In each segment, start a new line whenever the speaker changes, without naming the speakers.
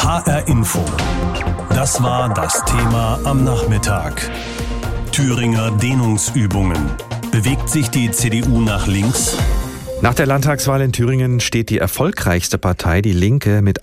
HR Info. Das war das Thema am Nachmittag. Thüringer Dehnungsübungen. Bewegt sich die CDU nach links?
Nach der Landtagswahl in Thüringen steht die erfolgreichste Partei, die Linke, mit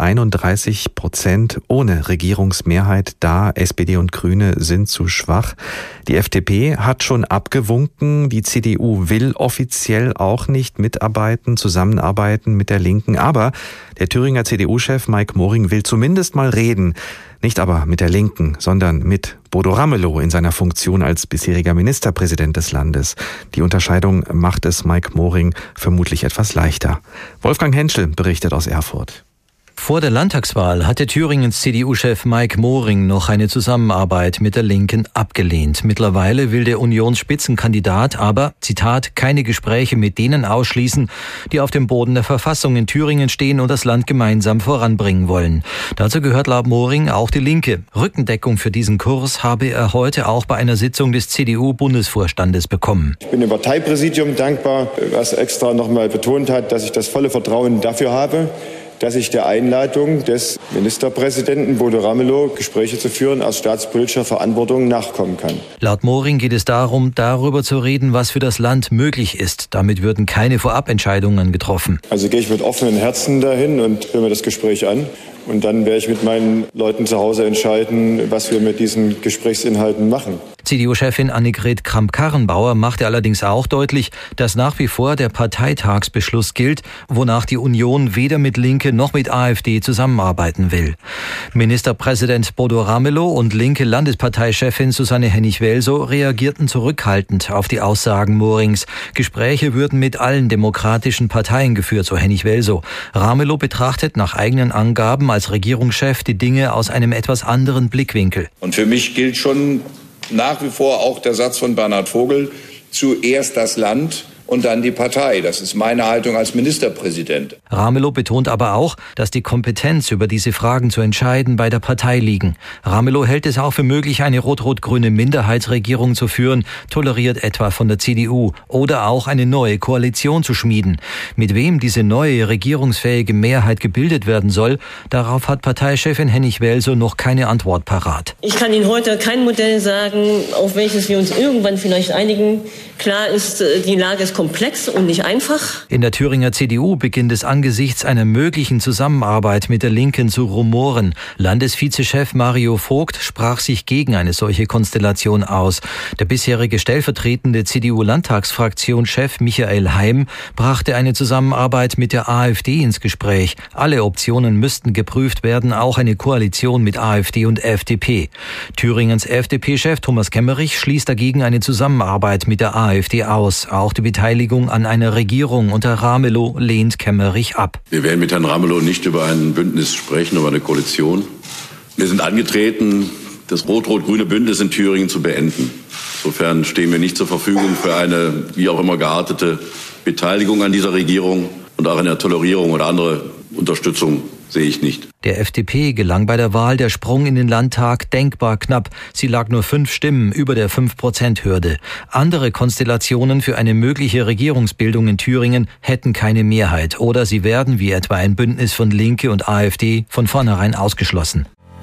31% ohne Regierungsmehrheit da. SPD und Grüne sind zu schwach. Die FDP hat schon abgewunken. Die CDU will offiziell auch nicht zusammenarbeiten mit der Linken. Aber der Thüringer CDU-Chef Mike Moring will zumindest mal reden. Nicht aber mit der Linken, sondern mit Bodo Ramelow in seiner Funktion als bisheriger Ministerpräsident des Landes. Die Unterscheidung macht es Mike Moring vermutlich etwas leichter. Wolfgang Henschel berichtet aus Erfurt.
Vor der Landtagswahl hatte Thüringens CDU-Chef Mike Moring noch eine Zusammenarbeit mit der Linken abgelehnt. Mittlerweile will der Unionsspitzenkandidat aber, Zitat, keine Gespräche mit denen ausschließen, die auf dem Boden der Verfassung in Thüringen stehen und das Land gemeinsam voranbringen wollen. Dazu gehört laut Moring auch die Linke. Rückendeckung für diesen Kurs habe er heute auch bei einer Sitzung des CDU-Bundesvorstandes bekommen.
Ich bin dem Parteipräsidium dankbar, was extra nochmal betont hat, dass ich das volle Vertrauen dafür habe, dass ich der Einladung des Ministerpräsidenten Bodo Ramelow, Gespräche zu führen, aus staatspolitischer Verantwortung nachkommen kann.
Laut Moring geht es darum, darüber zu reden, was für das Land möglich ist. Damit würden keine Vorabentscheidungen getroffen.
Also gehe ich mit offenen Herzen dahin und höre mir das Gespräch an. Und dann werde ich mit meinen Leuten zu Hause entscheiden, was wir mit diesen Gesprächsinhalten machen.
CDU-Chefin Annegret Kramp-Karrenbauer machte allerdings auch deutlich, dass nach wie vor der Parteitagsbeschluss gilt, wonach die Union weder mit Linke noch mit AfD zusammenarbeiten will. Ministerpräsident Bodo Ramelow und linke Landesparteichefin Susanne Hennig-Welsow reagierten zurückhaltend auf die Aussagen Morings. Gespräche würden mit allen demokratischen Parteien geführt, so Hennig-Welsow. Ramelow betrachtet nach eigenen Angaben als Regierungschef die Dinge aus einem etwas anderen Blickwinkel.
Und für mich gilt schon nach wie vor auch der Satz von Bernhard Vogel, zuerst das Land und dann die Partei. Das ist meine Haltung als Ministerpräsident.
Ramelow betont aber auch, dass die Kompetenz, über diese Fragen zu entscheiden, bei der Partei liegen. Ramelow hält es auch für möglich, eine rot-rot-grüne Minderheitsregierung zu führen, toleriert etwa von der CDU, oder auch eine neue Koalition zu schmieden. Mit wem diese neue regierungsfähige Mehrheit gebildet werden soll, darauf hat Parteichefin Hennig-Welsow noch keine Antwort parat.
Ich kann Ihnen heute kein Modell sagen, auf welches wir uns irgendwann vielleicht einigen. Klar ist, die Lage ist komplex und nicht einfach.
In der Thüringer CDU beginnt es angesichts einer möglichen Zusammenarbeit mit der Linken zu rumoren. Landesvizechef Mario Vogt sprach sich gegen eine solche Konstellation aus. Der bisherige stellvertretende CDU-Landtagsfraktionschef Michael Heim brachte eine Zusammenarbeit mit der AfD ins Gespräch. Alle Optionen müssten geprüft werden, auch eine Koalition mit AfD und FDP. Thüringens FDP-Chef Thomas Kemmerich schließt dagegen eine Zusammenarbeit mit der AfD aus. Auch die Beteiligung an einer Regierung unter Ramelow lehnt Kemmerich ab.
Wir werden mit Herrn Ramelow nicht über ein Bündnis sprechen, über eine Koalition. Wir sind angetreten, das rot-rot-grüne Bündnis in Thüringen zu beenden. Insofern stehen wir nicht zur Verfügung für eine, wie auch immer geartete, Beteiligung an dieser Regierung und auch eine Tolerierung oder andere Unterstützung sehe ich nicht.
Der FDP gelang bei der Wahl der Sprung in den Landtag denkbar knapp. Sie lag nur 5 Stimmen über der 5%-Hürde. Andere Konstellationen für eine mögliche Regierungsbildung in Thüringen hätten keine Mehrheit oder sie werden, wie etwa ein Bündnis von Linke und AfD, von vornherein ausgeschlossen.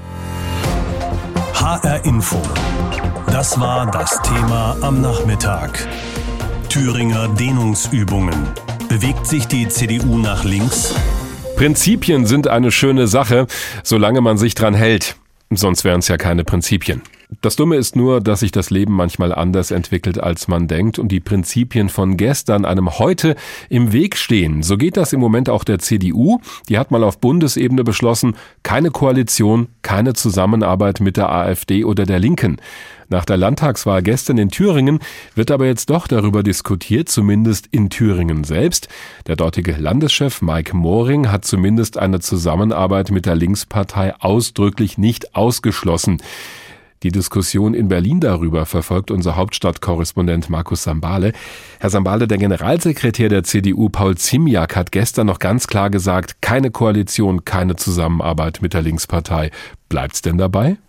HR Info. Das war das Thema am Nachmittag. Thüringer Dehnungsübungen. Bewegt sich die CDU nach links?
Prinzipien sind eine schöne Sache, solange man sich dran hält. Sonst wären es ja keine Prinzipien. Das Dumme ist nur, dass sich das Leben manchmal anders entwickelt, als man denkt und die Prinzipien von gestern einem heute im Weg stehen. So geht das im Moment auch der CDU. Die hat mal auf Bundesebene beschlossen, keine Koalition, keine Zusammenarbeit mit der AfD oder der Linken. Nach der Landtagswahl gestern in Thüringen wird aber jetzt doch darüber diskutiert, zumindest in Thüringen selbst. Der dortige Landeschef Mike Moring hat zumindest eine Zusammenarbeit mit der Linkspartei ausdrücklich nicht ausgeschlossen. Die Diskussion in Berlin darüber verfolgt unser Hauptstadtkorrespondent Markus Sambale. Herr Sambale, der Generalsekretär der CDU Paul Ziemiak hat gestern noch ganz klar gesagt, keine Koalition, keine Zusammenarbeit mit der Linkspartei. Bleibt's denn dabei?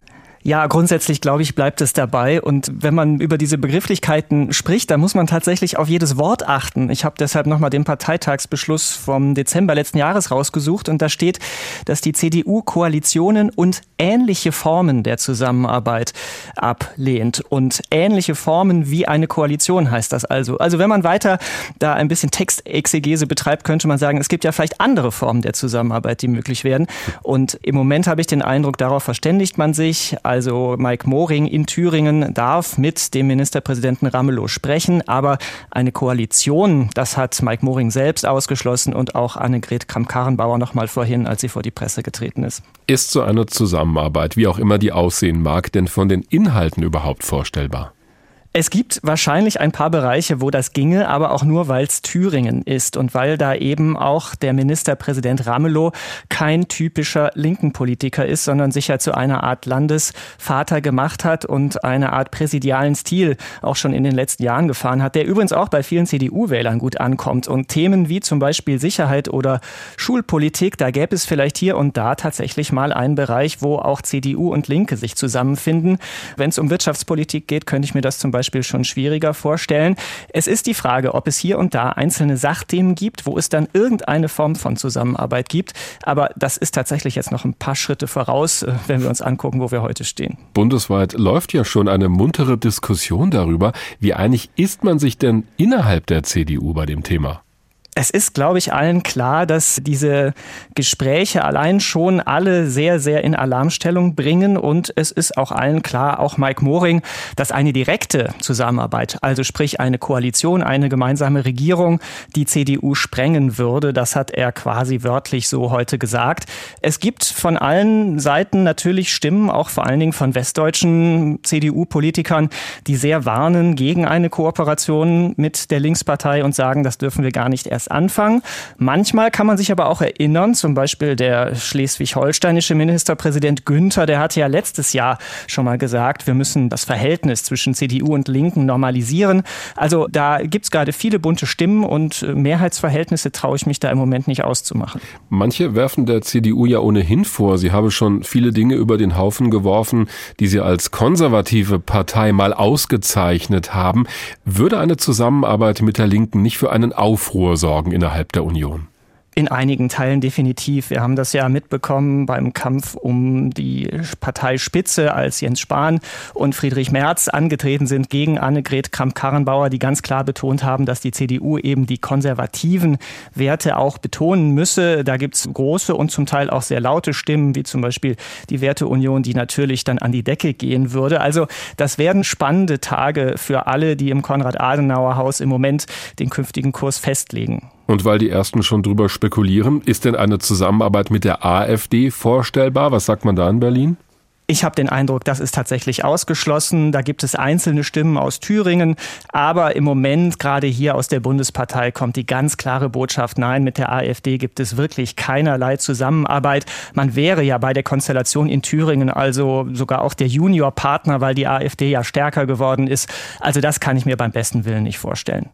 Ja, grundsätzlich glaube ich, bleibt es dabei. Und wenn man über diese Begrifflichkeiten spricht, dann muss man tatsächlich auf jedes Wort achten. Ich habe deshalb nochmal den Parteitagsbeschluss vom Dezember letzten Jahres rausgesucht. Und da steht, dass die CDU Koalitionen und ähnliche Formen der Zusammenarbeit ablehnt. Und ähnliche Formen wie eine Koalition heißt das also. Also wenn man weiter da ein bisschen Textexegese betreibt, könnte man sagen, es gibt ja vielleicht andere Formen der Zusammenarbeit, die möglich werden. Und im Moment habe ich den Eindruck, darauf verständigt man sich. Also Mike Moring in Thüringen darf mit dem Ministerpräsidenten Ramelow sprechen, aber eine Koalition, das hat Mike Moring selbst ausgeschlossen und auch Annegret Kramp-Karrenbauer noch mal vorhin, als sie vor die Presse getreten ist.
Ist so eine Zusammenarbeit, wie auch immer die aussehen mag, denn von den Inhalten überhaupt vorstellbar?
Es gibt wahrscheinlich ein paar Bereiche, wo das ginge, aber auch nur, weil es Thüringen ist und weil da eben auch der Ministerpräsident Ramelow kein typischer linken Politiker ist, sondern sich ja zu einer Art Landesvater gemacht hat und eine Art präsidialen Stil auch schon in den letzten Jahren gefahren hat, der übrigens auch bei vielen CDU-Wählern gut ankommt. Und Themen wie zum Beispiel Sicherheit oder Schulpolitik, da gäbe es vielleicht hier und da tatsächlich mal einen Bereich, wo auch CDU und Linke sich zusammenfinden. Wenn es um Wirtschaftspolitik geht, könnte ich mir das zum Beispiel schon schwieriger vorstellen. Es ist die Frage, ob es hier und da einzelne Sachthemen gibt, wo es dann irgendeine Form von Zusammenarbeit gibt. Aber das ist tatsächlich jetzt noch ein paar Schritte voraus, wenn wir uns angucken, wo wir heute stehen.
Bundesweit läuft ja schon eine muntere Diskussion darüber. Wie einig ist man sich denn innerhalb der CDU bei dem Thema?
Es ist, glaube ich, allen klar, dass diese Gespräche allein schon alle sehr, sehr in Alarmstellung bringen. Und es ist auch allen klar, auch Mike Moring, dass eine direkte Zusammenarbeit, also sprich eine Koalition, eine gemeinsame Regierung, die CDU sprengen würde. Das hat er quasi wörtlich so heute gesagt. Es gibt von allen Seiten natürlich Stimmen, auch vor allen Dingen von westdeutschen CDU-Politikern, die sehr warnen gegen eine Kooperation mit der Linkspartei und sagen, das dürfen wir gar nicht erst anfangen. Manchmal kann man sich aber auch erinnern, zum Beispiel der schleswig-holsteinische Ministerpräsident Günther, der hatte ja letztes Jahr schon mal gesagt, wir müssen das Verhältnis zwischen CDU und Linken normalisieren. Also da gibt es gerade viele bunte Stimmen und Mehrheitsverhältnisse traue ich mich da im Moment nicht auszumachen.
Manche werfen der CDU ja ohnehin vor, sie habe schon viele Dinge über den Haufen geworfen, die sie als konservative Partei mal ausgezeichnet haben. Würde eine Zusammenarbeit mit der Linken nicht für einen Aufruhr sorgen innerhalb der Union?
In einigen Teilen definitiv. Wir haben das ja mitbekommen beim Kampf um die Parteispitze, als Jens Spahn und Friedrich Merz angetreten sind gegen Annegret Kramp-Karrenbauer, die ganz klar betont haben, dass die CDU eben die konservativen Werte auch betonen müsse. Da gibt es große und zum Teil auch sehr laute Stimmen, wie zum Beispiel die Werteunion, die natürlich dann an die Decke gehen würde. Also das werden spannende Tage für alle, die im Konrad-Adenauer-Haus im Moment den künftigen Kurs festlegen.
Und weil die Ersten schon drüber spekulieren, ist denn eine Zusammenarbeit mit der AfD vorstellbar? Was sagt man da in Berlin?
Ich habe den Eindruck, das ist tatsächlich ausgeschlossen. Da gibt es einzelne Stimmen aus Thüringen. Aber im Moment, gerade hier aus der Bundespartei, kommt die ganz klare Botschaft, nein, mit der AfD gibt es wirklich keinerlei Zusammenarbeit. Man wäre ja bei der Konstellation in Thüringen also sogar auch der Juniorpartner, weil die AfD ja stärker geworden ist. Also das kann ich mir beim besten Willen nicht vorstellen.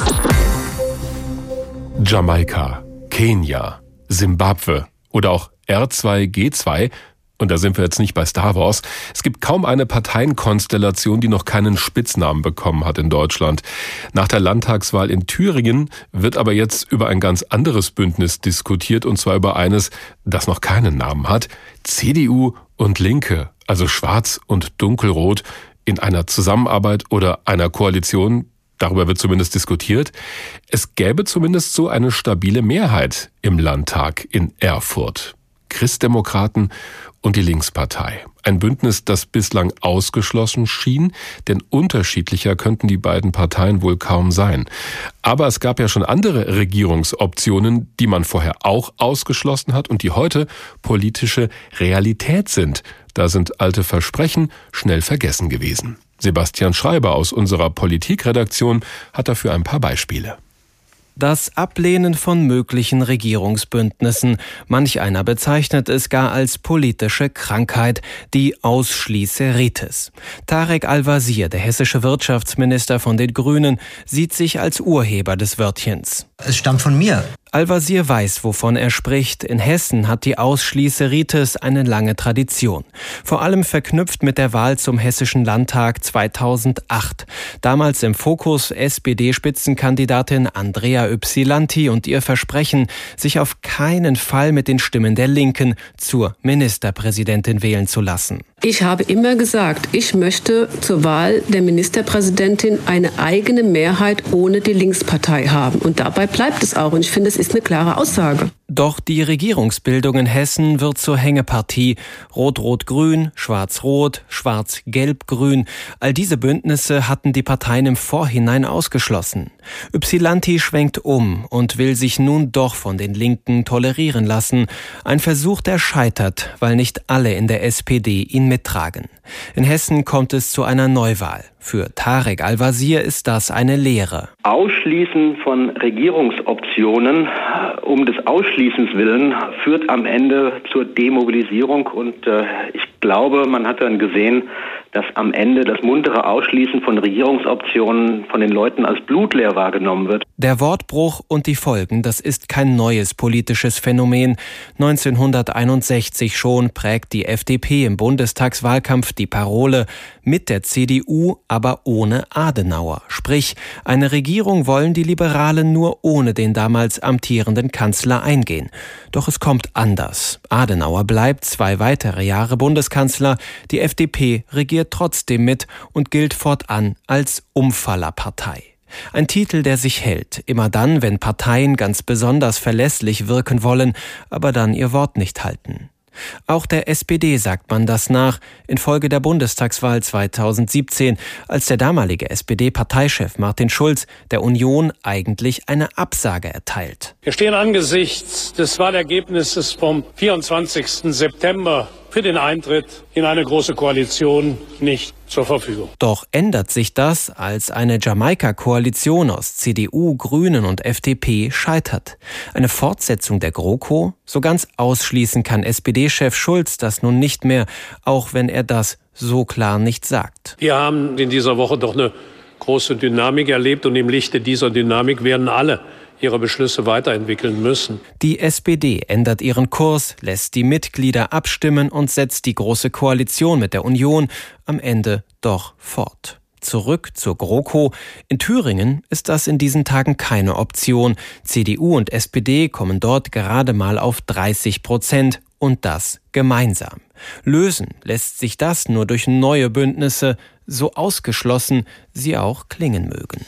Jamaika, Kenia, Simbabwe oder auch R2G2. Und da sind wir jetzt nicht bei Star Wars. Es gibt kaum eine Parteienkonstellation, die noch keinen Spitznamen bekommen hat in Deutschland. Nach der Landtagswahl in Thüringen wird aber jetzt über ein ganz anderes Bündnis diskutiert, und zwar über eines, das noch keinen Namen hat. CDU und Linke, also schwarz und dunkelrot, in einer Zusammenarbeit oder einer Koalition. Darüber wird zumindest diskutiert. Es gäbe zumindest so eine stabile Mehrheit im Landtag in Erfurt. Christdemokraten und die Linkspartei. Ein Bündnis, das bislang ausgeschlossen schien, denn unterschiedlicher könnten die beiden Parteien wohl kaum sein. Aber es gab ja schon andere Regierungsoptionen, die man vorher auch ausgeschlossen hat und die heute politische Realität sind. Da sind alte Versprechen schnell vergessen gewesen. Sebastian Schreiber aus unserer Politikredaktion hat dafür ein paar Beispiele.
Das Ablehnen von möglichen Regierungsbündnissen. Manch einer bezeichnet es gar als politische Krankheit, die Ausschließeritis. Tarek Al-Wazir, der hessische Wirtschaftsminister von den Grünen, sieht sich als Urheber des Wörtchens.
Es stammt von mir.
Al-Wazir weiß, wovon er spricht. In Hessen hat die Ausschließeritis eine lange Tradition. Vor allem verknüpft mit der Wahl zum Hessischen Landtag 2008. Damals im Fokus SPD-Spitzenkandidatin Andrea Ypsilanti und ihr Versprechen, sich auf keinen Fall mit den Stimmen der Linken zur Ministerpräsidentin wählen zu lassen.
Ich habe immer gesagt, ich möchte zur Wahl der Ministerpräsidentin eine eigene Mehrheit ohne die Linkspartei haben. Und dabei bleibt es auch. Und ich finde, es ist eine klare Aussage.
Doch die Regierungsbildung in Hessen wird zur Hängepartie. Rot-Rot-Grün, Schwarz-Rot, Schwarz-Gelb-Grün. All diese Bündnisse hatten die Parteien im Vorhinein ausgeschlossen. Ypsilanti schwenkt um und will sich nun doch von den Linken tolerieren lassen. Ein Versuch, der scheitert, weil nicht alle in der SPD ihn mittragen. In Hessen kommt es zu einer Neuwahl. Für Tarek Al-Wazir ist das eine Lehre.
Ausschließen von Regierungsoptionen um des Ausschließens willen führt am Ende zur Demobilisierung. Und ich glaube, man hat dann gesehen, dass am Ende das muntere Ausschließen von Regierungsoptionen von den Leuten als blutleer wahrgenommen wird.
Der Wortbruch und die Folgen, das ist kein neues politisches Phänomen. 1961 schon prägt die FDP im Bundestagswahlkampf die Parole mit der CDU, aber ohne Adenauer. Sprich, eine Regierung wollen die Liberalen nur ohne den damals amtierenden Kanzler eingehen. Doch es kommt anders. Adenauer bleibt 2 weitere Jahre Bundeskanzler. Die FDP regiert trotzdem mit und gilt fortan als Umfallerpartei. Ein Titel, der sich hält, immer dann, wenn Parteien ganz besonders verlässlich wirken wollen, aber dann ihr Wort nicht halten. Auch der SPD sagt man das nach, infolge der Bundestagswahl 2017, als der damalige SPD-Parteichef Martin Schulz der Union eigentlich eine Absage erteilt.
Wir stehen angesichts des Wahlergebnisses vom 24. September für den Eintritt in eine große Koalition nicht zur Verfügung.
Doch ändert sich das, als eine Jamaika-Koalition aus CDU, Grünen und FDP scheitert. Eine Fortsetzung der GroKo? So ganz ausschließen kann SPD-Chef Schulz das nun nicht mehr, auch wenn er das so klar nicht sagt.
Wir haben in dieser Woche doch eine große Dynamik erlebt und im Lichte dieser Dynamik werden alle ihre Beschlüsse weiterentwickeln müssen.
Die SPD ändert ihren Kurs, lässt die Mitglieder abstimmen und setzt die große Koalition mit der Union am Ende doch fort. Zurück zur GroKo. In Thüringen ist das in diesen Tagen keine Option. CDU und SPD kommen dort gerade mal auf 30% und das gemeinsam. Lösen lässt sich das nur durch neue Bündnisse, so ausgeschlossen sie auch klingen mögen.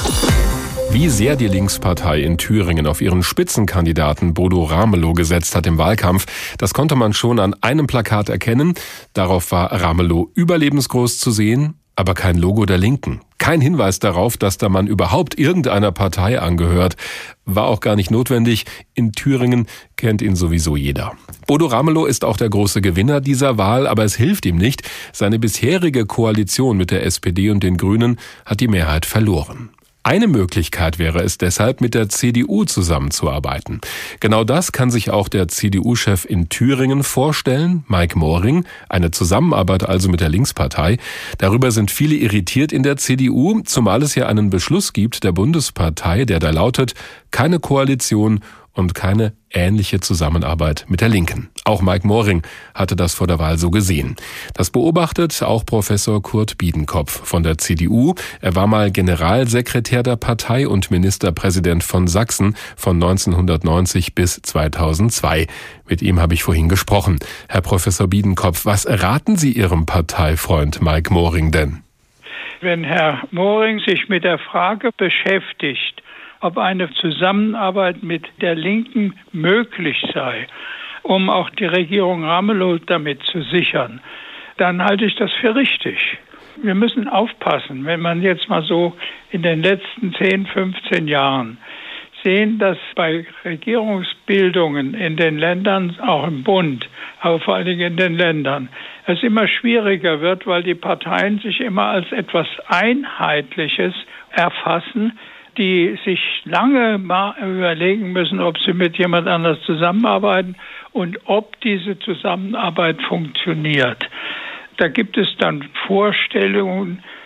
Wie sehr die Linkspartei in Thüringen auf ihren Spitzenkandidaten Bodo Ramelow gesetzt hat im Wahlkampf, das konnte man schon an einem Plakat erkennen. Darauf war Ramelow überlebensgroß zu sehen, aber kein Logo der Linken. Kein Hinweis darauf, dass der Mann überhaupt irgendeiner Partei angehört. War auch gar nicht notwendig. In Thüringen kennt ihn sowieso jeder. Bodo Ramelow ist auch der große Gewinner dieser Wahl, aber es hilft ihm nicht. Seine bisherige Koalition mit der SPD und den Grünen hat die Mehrheit verloren. Eine Möglichkeit wäre es deshalb, mit der CDU zusammenzuarbeiten. Genau das kann sich auch der CDU-Chef in Thüringen vorstellen, Mike Moring, eine Zusammenarbeit also mit der Linkspartei. Darüber sind viele irritiert in der CDU, zumal es ja einen Beschluss gibt der Bundespartei, der da lautet, keine Koalition und keine ähnliche Zusammenarbeit mit der Linken. Auch Mike Moring hatte das vor der Wahl so gesehen. Das beobachtet auch Professor Kurt Biedenkopf von der CDU. Er war mal Generalsekretär der Partei und Ministerpräsident von Sachsen von 1990 bis 2002. Mit ihm habe ich vorhin gesprochen. Herr Professor Biedenkopf, was raten Sie Ihrem Parteifreund Mike Moring denn?
Wenn Herr Moring sich mit der Frage beschäftigt, ob eine Zusammenarbeit mit der Linken möglich sei, um auch die Regierung Ramelow damit zu sichern, dann halte ich das für richtig. Wir müssen aufpassen, wenn man jetzt mal so in den letzten 10, 15 Jahren sehen, dass bei Regierungsbildungen in den Ländern, auch im Bund, aber vor allen Dingen in den Ländern, es immer schwieriger wird, weil die Parteien sich immer als etwas Einheitliches erfassen, die sich lange mal überlegen müssen, ob sie mit jemand anders zusammenarbeiten und ob diese Zusammenarbeit funktioniert. Da gibt es dann Vorstellungen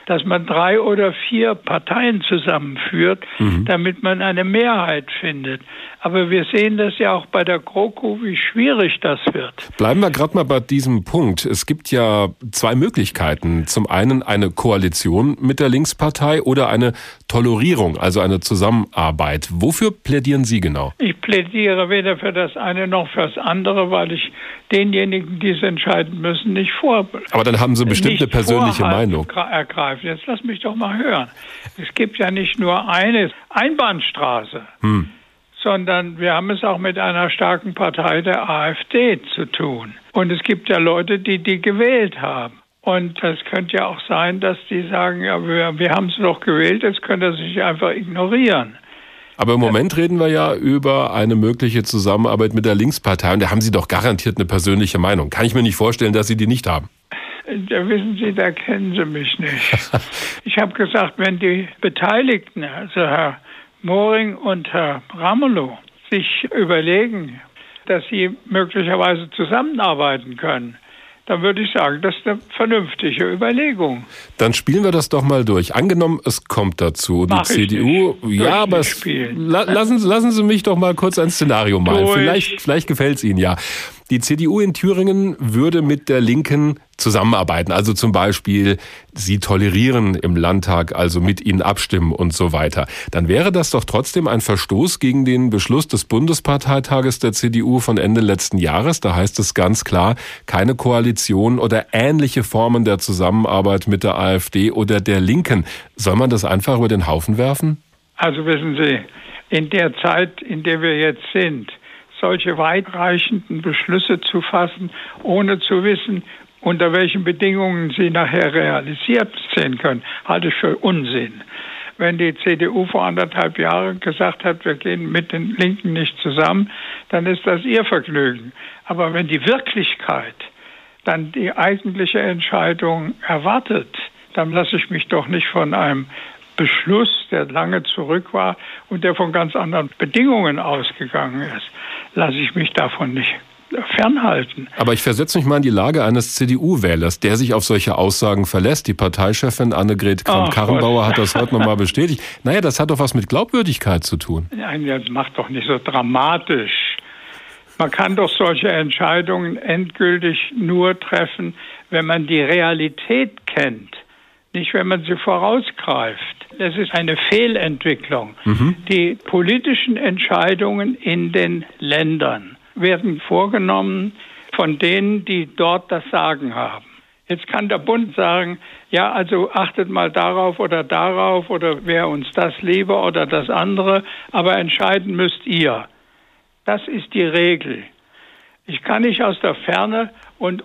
dass man 3 oder 4 Parteien zusammenführt, damit man eine Mehrheit findet. Aber wir sehen das ja auch bei der GroKo, wie schwierig das wird.
Bleiben wir gerade mal bei diesem Punkt. Es gibt ja 2 Möglichkeiten. Zum einen eine Koalition mit der Linkspartei oder eine Tolerierung, also eine Zusammenarbeit. Wofür plädieren Sie genau?
Ich plädiere weder für das eine noch für das andere, weil ich denjenigen, die es entscheiden müssen, nicht
Aber dann haben Sie bestimmt eine persönliche Meinung.
Ergreifen. Jetzt lass mich doch mal hören. Es gibt ja nicht nur eine Einbahnstraße, sondern wir haben es auch mit einer starken Partei der AfD zu tun. Und es gibt ja Leute, die gewählt haben. Und es könnte ja auch sein, dass die sagen, ja, wir haben sie doch gewählt, jetzt könnt ihr sich einfach ignorieren.
Aber im Moment reden wir ja über eine mögliche Zusammenarbeit mit der Linkspartei. Und da haben Sie doch garantiert eine persönliche Meinung. Kann ich mir nicht vorstellen, dass Sie die nicht haben.
Da wissen Sie, da kennen Sie mich nicht. Ich habe gesagt, wenn die Beteiligten, also Herr Moring und Herr Ramelow, sich überlegen, dass sie möglicherweise zusammenarbeiten können, dann würde ich sagen, das ist eine vernünftige Überlegung.
Dann spielen wir das doch mal durch. Angenommen, es kommt dazu. Die CDU, ja, aber lassen Sie mich doch mal kurz ein Szenario malen. Vielleicht gefällt es Ihnen ja. Die CDU in Thüringen würde mit der Linken zusammenarbeiten. Also zum Beispiel, sie tolerieren im Landtag, also mit ihnen abstimmen und so weiter. Dann wäre das doch trotzdem ein Verstoß gegen den Beschluss des Bundesparteitages der CDU von Ende letzten Jahres. Da heißt es ganz klar, keine Koalition oder ähnliche Formen der Zusammenarbeit mit der AfD oder der Linken. Soll man das einfach über den Haufen werfen?
Also wissen Sie, in der Zeit, in der wir jetzt sind, solche weitreichenden Beschlüsse zu fassen, ohne zu wissen, unter welchen Bedingungen sie nachher realisiert sehen können, halte ich für Unsinn. Wenn die CDU vor 1,5 Jahren gesagt hat, wir gehen mit den Linken nicht zusammen, dann ist das ihr Vergnügen. Aber wenn die Wirklichkeit dann die eigentliche Entscheidung erwartet, dann lasse ich mich doch nicht von einem Beschluss, der lange zurück war und der von ganz anderen Bedingungen ausgegangen ist, lasse ich mich davon nicht fernhalten.
Aber ich versetze mich mal in die Lage eines CDU-Wählers, der sich auf solche Aussagen verlässt. Die Parteichefin Annegret Kramp-Karrenbauer hat das heute nochmal bestätigt. Naja, das hat doch was mit Glaubwürdigkeit zu tun.
Nein, das macht doch nicht so dramatisch. Man kann doch solche Entscheidungen endgültig nur treffen, wenn man die Realität kennt, nicht wenn man sie vorausgreift. Das ist eine Fehlentwicklung. Die politischen Entscheidungen in den Ländern werden vorgenommen von denen, die dort das Sagen haben. Jetzt kann der Bund sagen, ja, also achtet mal darauf oder wäre uns das lieber oder das andere, aber entscheiden müsst ihr. Das ist die Regel. Ich kann nicht aus der Ferne und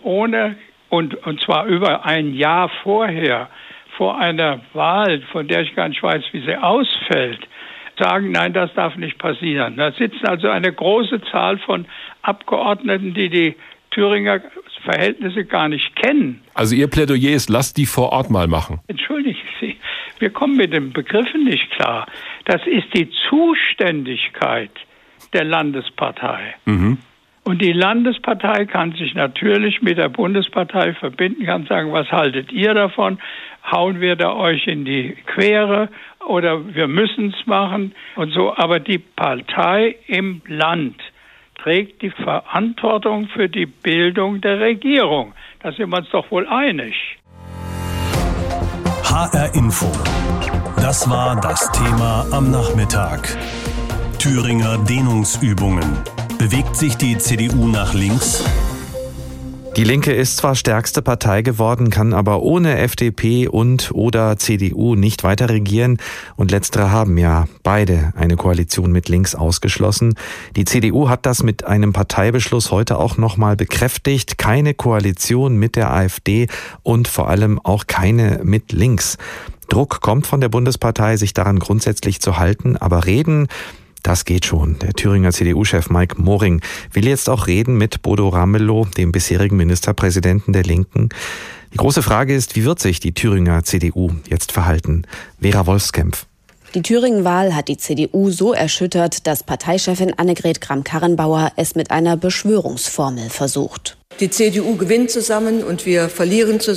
zwar über ein Jahr vorher, vor einer Wahl, von der ich gar nicht weiß, wie sie ausfällt, sagen, nein, das darf nicht passieren. Da sitzen also eine große Zahl von Abgeordneten, die Thüringer Verhältnisse gar nicht kennen.
Also Ihr Plädoyer ist, lasst die vor Ort mal machen.
Entschuldigen Sie, wir kommen mit den Begriffen nicht klar. Das ist die Zuständigkeit der Landespartei. Und die Landespartei kann sich natürlich mit der Bundespartei verbinden, kann sagen, was haltet ihr davon? Hauen wir da euch in die Quere oder wir müssen es machen und so. Aber die Partei im Land trägt die Verantwortung für die Bildung der Regierung. Da sind wir uns doch wohl einig.
HR Info. Das war das Thema am Nachmittag. Thüringer Dehnungsübungen. Bewegt sich die CDU nach links?
Die Linke ist zwar stärkste Partei geworden, kann aber ohne FDP und/oder CDU nicht weiter regieren. Und letztere haben ja beide eine Koalition mit links ausgeschlossen. Die CDU hat das mit einem Parteibeschluss heute auch nochmal bekräftigt. Keine Koalition mit der AfD und vor allem auch keine mit links. Druck kommt von der Bundespartei, sich daran grundsätzlich zu halten, aber reden, das geht schon. Der Thüringer CDU-Chef Mike Moring will jetzt auch reden mit Bodo Ramelow, dem bisherigen Ministerpräsidenten der Linken. Die große Frage ist, wie wird sich die Thüringer CDU jetzt verhalten? Vera Wolfskämpf.
Die Thüringen-Wahl hat die CDU so erschüttert, dass Parteichefin Annegret Kramp-Karrenbauer es mit einer Beschwörungsformel versucht.
Die CDU gewinnt zusammen und wir verlieren zusammen.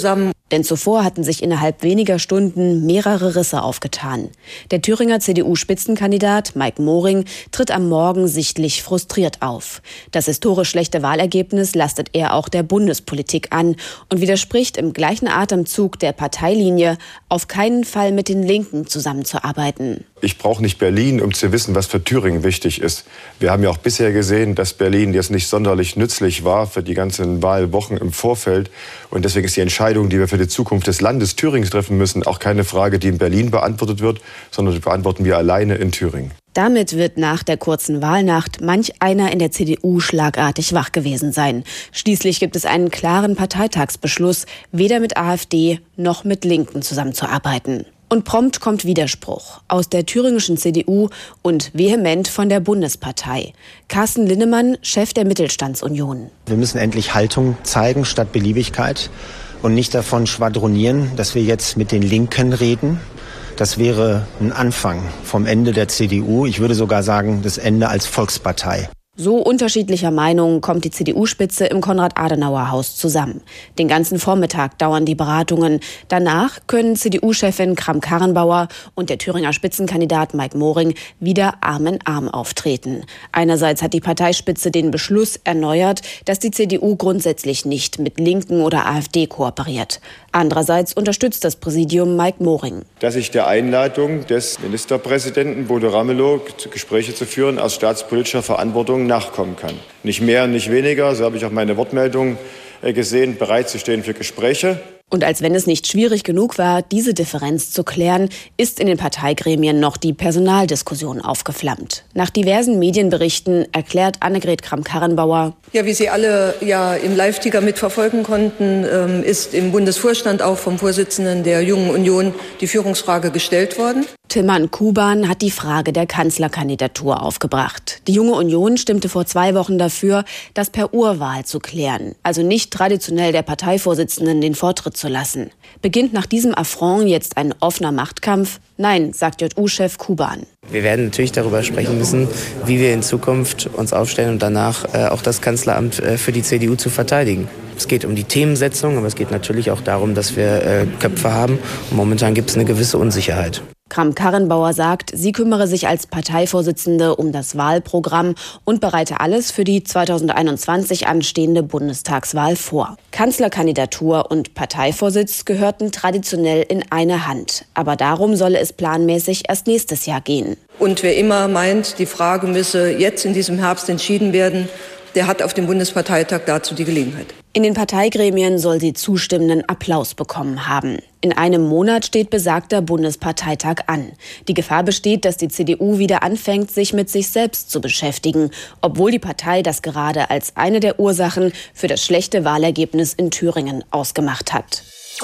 Denn zuvor hatten sich innerhalb weniger Stunden mehrere Risse aufgetan. Der Thüringer CDU-Spitzenkandidat Mike Moring tritt am Morgen sichtlich frustriert auf. Das historisch schlechte Wahlergebnis lastet er auch der Bundespolitik an und widerspricht im gleichen Atemzug der Parteilinie, auf keinen Fall mit den Linken zusammenzuarbeiten.
Ich brauche nicht Berlin, um zu wissen, was für Thüringen wichtig ist. Wir haben ja auch bisher gesehen, dass Berlin jetzt nicht sonderlich nützlich war für die ganzen Wahlwochen im Vorfeld. Und deswegen ist die Entscheidung, die wir für die Zukunft des Landes Thüringen treffen müssen, auch keine Frage, die in Berlin beantwortet wird, sondern die beantworten wir alleine in Thüringen.
Damit wird nach der kurzen Wahlnacht manch einer in der CDU schlagartig wach gewesen sein. Schließlich gibt es einen klaren Parteitagsbeschluss, weder mit AfD noch mit Linken zusammenzuarbeiten. Und prompt kommt Widerspruch aus der thüringischen CDU und vehement von der Bundespartei. Carsten Linnemann, Chef der Mittelstandsunion.
Wir müssen endlich Haltung zeigen statt Beliebigkeit und nicht davon schwadronieren, dass wir jetzt mit den Linken reden. Das wäre ein Anfang vom Ende der CDU. Ich würde sogar sagen, das Ende als Volkspartei.
So unterschiedlicher Meinung kommt die CDU-Spitze im Konrad-Adenauer-Haus zusammen. Den ganzen Vormittag dauern die Beratungen. Danach können CDU-Chefin Kramp-Karrenbauer und der Thüringer Spitzenkandidat Mike Moring wieder Arm in Arm auftreten. Einerseits hat die Parteispitze den Beschluss erneuert, dass die CDU grundsätzlich nicht mit Linken oder AfD kooperiert. Andererseits unterstützt das Präsidium Mike Moring.
Dass ich der Einladung des Ministerpräsidenten Bodo Ramelow, Gespräche zu führen, aus staatspolitischer Verantwortung nachkommen kann. Nicht mehr, nicht weniger, so habe ich auch meine Wortmeldung gesehen, bereit zu stehen für Gespräche.
Und als wenn es nicht schwierig genug war, diese Differenz zu klären, ist in den Parteigremien noch die Personaldiskussion aufgeflammt. Nach diversen Medienberichten erklärt Annegret Kramp-Karrenbauer:
Ja, wie Sie alle ja im Live-Ticker mitverfolgen konnten, ist im Bundesvorstand auch vom Vorsitzenden der Jungen Union die Führungsfrage gestellt worden.
Tilman Kuban hat die Frage der Kanzlerkandidatur aufgebracht. Die Junge Union stimmte vor 2 Wochen dafür, das per Urwahl zu klären, also nicht traditionell der Parteivorsitzenden den Vortritt zu lassen. Beginnt nach diesem Affront jetzt ein offener Machtkampf? Nein, sagt JU-Chef Kuban.
Wir werden natürlich darüber sprechen müssen, wie wir in Zukunft uns aufstellen und danach auch das Kanzleramt für die CDU zu verteidigen. Es geht um die Themensetzung, aber es geht natürlich auch darum, dass wir Köpfe haben. Und momentan gibt es eine gewisse Unsicherheit.
Kramp-Karrenbauer sagt, sie kümmere sich als Parteivorsitzende um das Wahlprogramm und bereite alles für die 2021 anstehende Bundestagswahl vor. Kanzlerkandidatur und Parteivorsitz gehörten traditionell in eine Hand. Aber darum solle es planmäßig erst nächstes Jahr gehen.
Und wer immer meint, die Frage müsse jetzt in diesem Herbst entschieden werden, der hat auf dem Bundesparteitag dazu die Gelegenheit.
In den Parteigremien soll sie zustimmenden Applaus bekommen haben. In einem Monat steht besagter Bundesparteitag an. Die Gefahr besteht, dass die CDU wieder anfängt, sich mit sich selbst zu beschäftigen, obwohl die Partei das gerade als eine der Ursachen für das schlechte Wahlergebnis in Thüringen ausgemacht hat.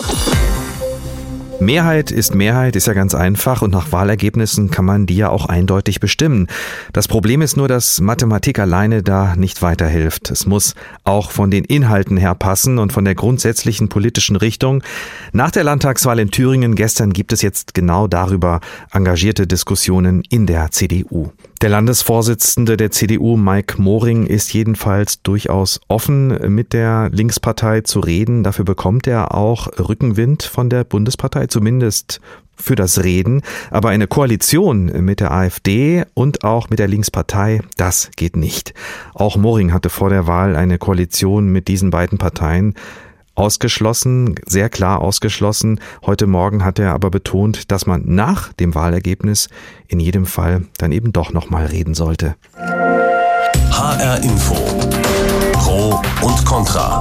Mehrheit ist ja ganz einfach und nach Wahlergebnissen kann man die ja auch eindeutig bestimmen. Das Problem ist nur, dass Mathematik alleine da nicht weiterhilft. Es muss auch von den Inhalten her passen und von der grundsätzlichen politischen Richtung. Nach der Landtagswahl in Thüringen gestern gibt es jetzt genau darüber engagierte Diskussionen in der CDU. Der Landesvorsitzende der CDU, Mike Moring, ist jedenfalls durchaus offen, mit der Linkspartei zu reden. Dafür bekommt er auch Rückenwind von der Bundespartei, zumindest für das Reden. Aber eine Koalition mit der AfD und auch mit der Linkspartei, das geht nicht. Auch Moring hatte vor der Wahl eine Koalition mit diesen beiden Parteien ausgeschlossen, sehr klar ausgeschlossen. Heute Morgen hat er aber betont, dass man nach dem Wahlergebnis in jedem Fall dann eben doch nochmal reden sollte.
HR Info. Pro und Contra.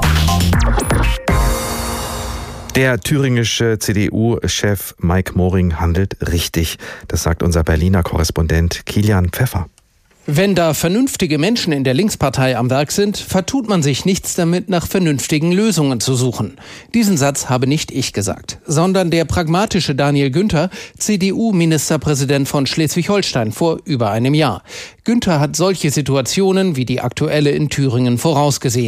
Der thüringische CDU-Chef Mike Moring handelt richtig. Das sagt unser Berliner Korrespondent Kilian Pfeffer.
Wenn da vernünftige Menschen in der Linkspartei am Werk sind, vertut man sich nichts damit, nach vernünftigen Lösungen zu suchen. Diesen Satz habe nicht ich gesagt, sondern der pragmatische Daniel Günther, CDU-Ministerpräsident von Schleswig-Holstein vor über einem Jahr. Günther hat solche Situationen wie die aktuelle in Thüringen vorausgesehen.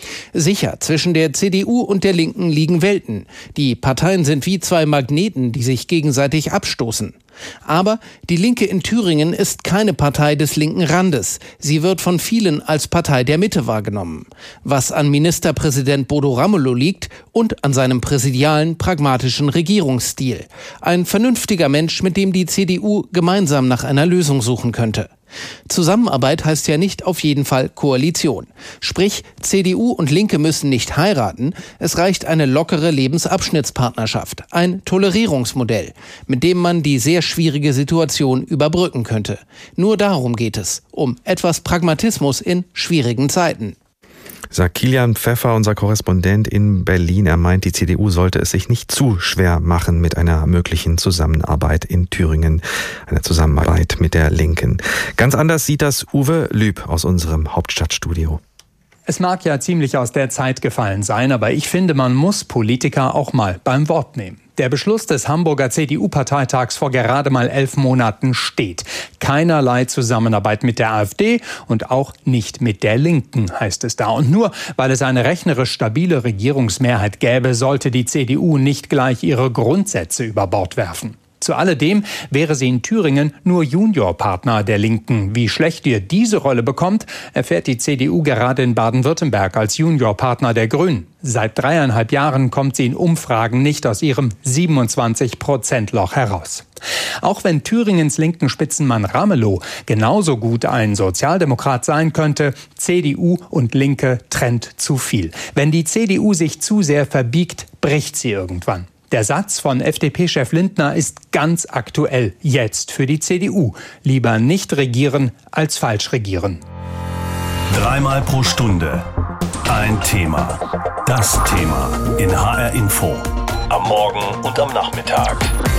Sicher, zwischen der CDU und der Linken liegen Welten. Die Parteien sind wie zwei Magneten, die sich gegenseitig abstoßen. Aber die Linke in Thüringen ist keine Partei des linken Randes. Sie wird von vielen als Partei der Mitte wahrgenommen. Was an Ministerpräsident Bodo Ramelow liegt und an seinem präsidialen, pragmatischen Regierungsstil. Ein vernünftiger Mensch, mit dem die CDU gemeinsam nach einer Lösung suchen könnte. Zusammenarbeit heißt ja nicht auf jeden Fall Koalition. Sprich, CDU und Linke müssen nicht heiraten, es reicht eine lockere Lebensabschnittspartnerschaft, ein Tolerierungsmodell, mit dem man die sehr schwierige Situation überbrücken könnte. Nur darum geht es, um etwas Pragmatismus in schwierigen Zeiten.
Sagt Kilian Pfeffer, unser Korrespondent in Berlin. Er meint, die CDU sollte es sich nicht zu schwer machen mit einer möglichen Zusammenarbeit in Thüringen, einer Zusammenarbeit mit der Linken. Ganz anders sieht das Uwe Lüb aus unserem Hauptstadtstudio.
Es mag ja ziemlich aus der Zeit gefallen sein, aber ich finde, man muss Politiker auch mal beim Wort nehmen. Der Beschluss des Hamburger CDU-Parteitags vor gerade mal 11 Monaten steht. Keinerlei Zusammenarbeit mit der AfD und auch nicht mit der Linken, heißt es da. Und nur weil es eine rechnerisch stabile Regierungsmehrheit gäbe, sollte die CDU nicht gleich ihre Grundsätze über Bord werfen. Zu alledem wäre sie in Thüringen nur Juniorpartner der Linken. Wie schlecht ihr diese Rolle bekommt, erfährt die CDU gerade in Baden-Württemberg als Juniorpartner der Grünen. Seit 3,5 Jahren kommt sie in Umfragen nicht aus ihrem 27%-Loch heraus. Auch wenn Thüringens linken Spitzenmann Ramelow genauso gut ein Sozialdemokrat sein könnte, CDU und Linke trennt zu viel. Wenn die CDU sich zu sehr verbiegt, bricht sie irgendwann. Der Satz von FDP-Chef Lindner ist ganz aktuell jetzt für die CDU. Lieber nicht regieren als falsch regieren.
3-mal pro Stunde ein Thema. Das Thema in HR Info. Am Morgen und am Nachmittag.